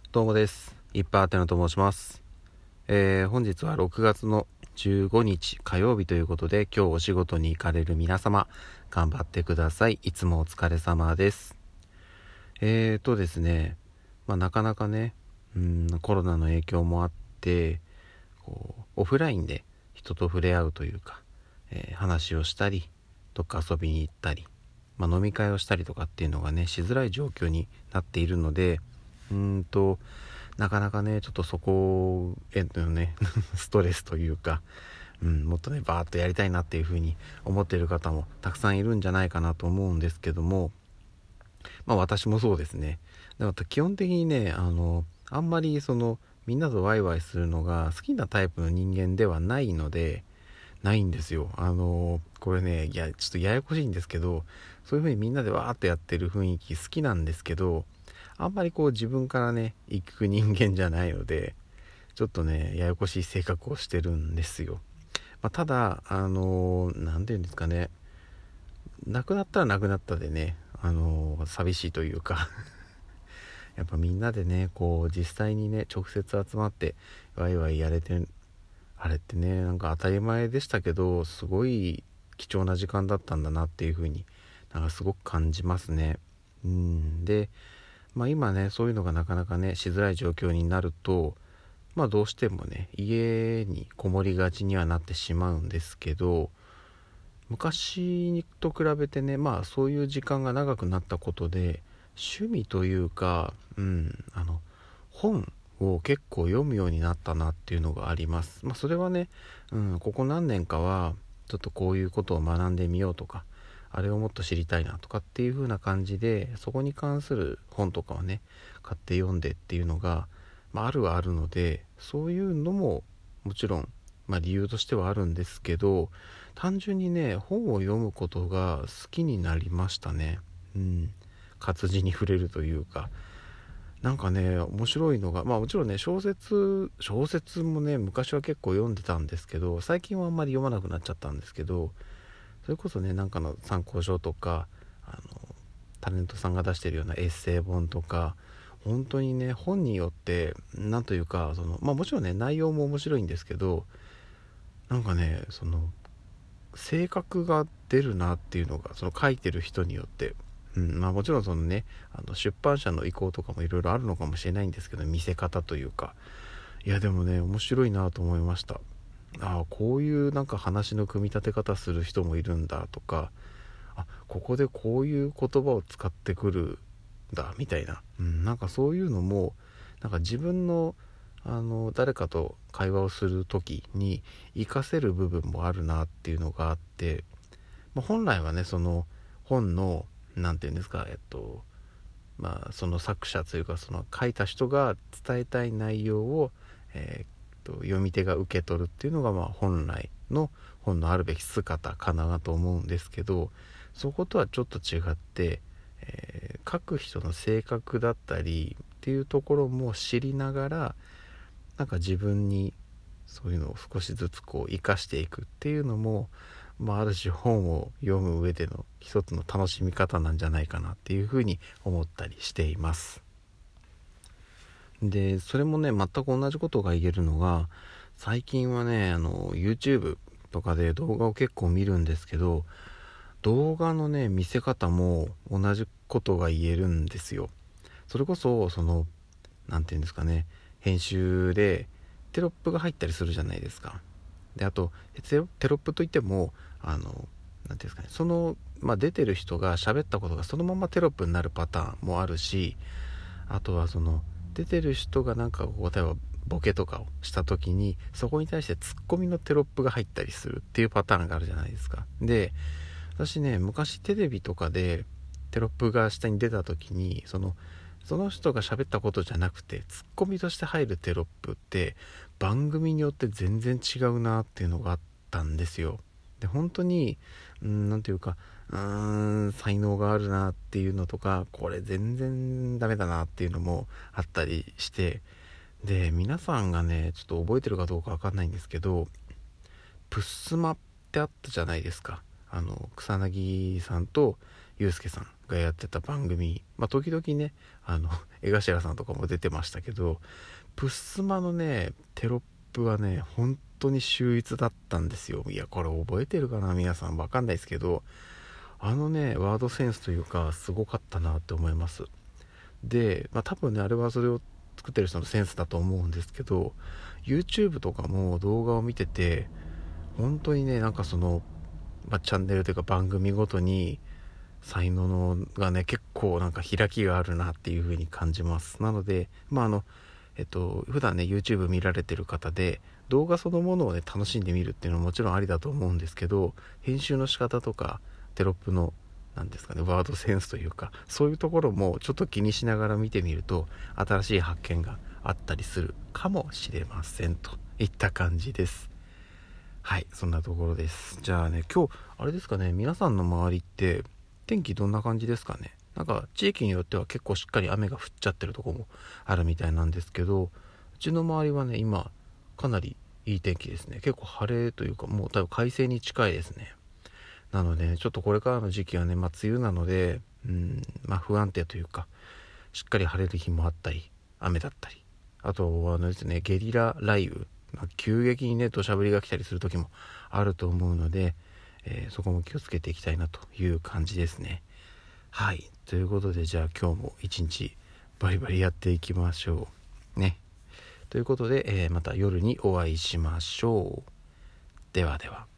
どうもです。いっぱいあてなと申します。本日は6月の15日火曜日ということで、今日お仕事に行かれる皆様、頑張ってください。いつもお疲れ様です。ですね、なかなかね、コロナの影響もあって、オフラインで人と触れ合うというか、話をしたり、どっか遊びに行ったり、飲み会をしたりとかっていうのがね、しづらい状況になっているので、なかなかねちょっとそこへのねストレスというか、もっとねバーッとやりたいなっていう風に思っている方もたくさんいるんじゃないかなと思うんですけども、私もそうですね。だから基本的にねあんまりみんなとワイワイするのが好きなタイプの人間ではないので、ないんですよ。これね、ちょっとややこしいんですけど、そういう風にみんなでわーっとやってる雰囲気好きなんですけど、あんまり自分からね行く人間じゃないので、ちょっとねややこしい性格をしてるんですよ。ただなんていうんですかね、亡くなったら亡くなったでね寂しいというかやっぱみんなでね実際にね直接集まってワイワイやれて、あれってねなんか当たり前でしたけど、すごい貴重な時間だったんだなっていう風になんかすごく感じますね。で今ねそういうのがなかなかねしづらい状況になると、どうしてもね家にこもりがちにはなってしまうんですけど、昔と比べてねそういう時間が長くなったことで趣味というか、本を結構読むようになったなっていうのがあります。それはね、ここ何年かはちょっとこういうことを学んでみようとか、あれをもっと知りたいなとかっていう風な感じで、そこに関する本とかをね買って読んでっていうのが、あるはあるので、そういうのももちろん理由としてはあるんですけど、単純にね本を読むことが好きになりましたね。活字に触れるというか、なんかね面白いのが、もちろんね小説もね昔は結構読んでたんですけど、最近はあんまり読まなくなっちゃったんですけど、それこそねなんかの参考書とかタレントさんが出してるようなエッセイ本とか、本当にね本によってなんというかもちろんね内容も面白いんですけど、なんかね性格が出るなっていうのが書いてる人によって、もちろんね出版社の意向とかもいろいろあるのかもしれないんですけど、見せ方というか、いやでもね面白いなと思いました。こういうなんか話の組み立て方する人もいるんだとか、ここでこういう言葉を使ってくるんだみたいな、なんかそういうのもなんか自分の誰かと会話をする時に活かせる部分もあるなっていうのがあって、本来はね本のなんていうんですか、その作者というかその書いた人が伝えたい内容を、読み手が受け取るっていうのが本来の本のあるべき姿かなと思うんですけど、そことはちょっと違って、書く人の性格だったりっていうところも知りながら、なんか自分にそういうのを少しずつ生かしていくっていうのも、ある種本を読む上での一つの楽しみ方なんじゃないかなっていうふうに思ったりしています。でそれもね全く同じことが言えるのが、最近はねYouTube とかで動画を結構見るんですけど、動画のね見せ方も同じことが言えるんですよ。それこそなんていうんですかね、編集でテロップが入ったりするじゃないですか。であとテロップといってもなんていうんですかね、出てる人が喋ったことがそのままテロップになるパターンもあるし、あとは出てる人がなんか例えばボケとかをした時にそこに対してツッコミのテロップが入ったりするっていうパターンがあるじゃないですか。で私ね昔テレビとかでテロップが下に出た時にその人が喋ったことじゃなくてツッコミとして入るテロップって番組によって全然違うなっていうのがあったんですよ。で本当になんていうか才能があるなっていうのとか、これ全然ダメだなっていうのもあったりして、で皆さんがねちょっと覚えてるかどうかわかんないんですけど、プッスマってあったじゃないですか。草薙さんとユうスケさんがやってた番組、時々ね江頭さんとかも出てましたけど、プッスマのねテロップはね本当に秀逸だったんですよ。いやこれ覚えてるかな皆さん、わかんないですけど、ワードセンスというかすごかったなって思います。で、多分ねあれはそれを作ってる人のセンスだと思うんですけど、 YouTube とかも動画を見てて本当にねチャンネルというか番組ごとに才能がね結構開きがあるなっていう風に感じます。なので普段ね YouTube 見られてる方で動画そのものをね楽しんで見るっていうのはもちろんありだと思うんですけど、編集の仕方とかテロップのなんですかねワードセンスというか、そういうところもちょっと気にしながら見てみると新しい発見があったりするかもしれませんといった感じです。はい、そんなところです。じゃあね、今日あれですかね、皆さんの周りって天気どんな感じですかね。地域によっては結構しっかり雨が降っちゃってるところもあるみたいなんですけど、うちの周りはね今かなりいい天気ですね。結構晴れというかもう多分快晴に近いですね。なので、ちょっとこれからの時期はね、梅雨なので不安定というか、しっかり晴れる日もあったり雨だったり、あとですね、ゲリラ雷雨、急激にね土砂降りが来たりする時もあると思うので、そこも気をつけていきたいなという感じですね。はい、ということで、じゃあ今日も一日バリバリやっていきましょうね。ということで、また夜にお会いしましょう。ではでは。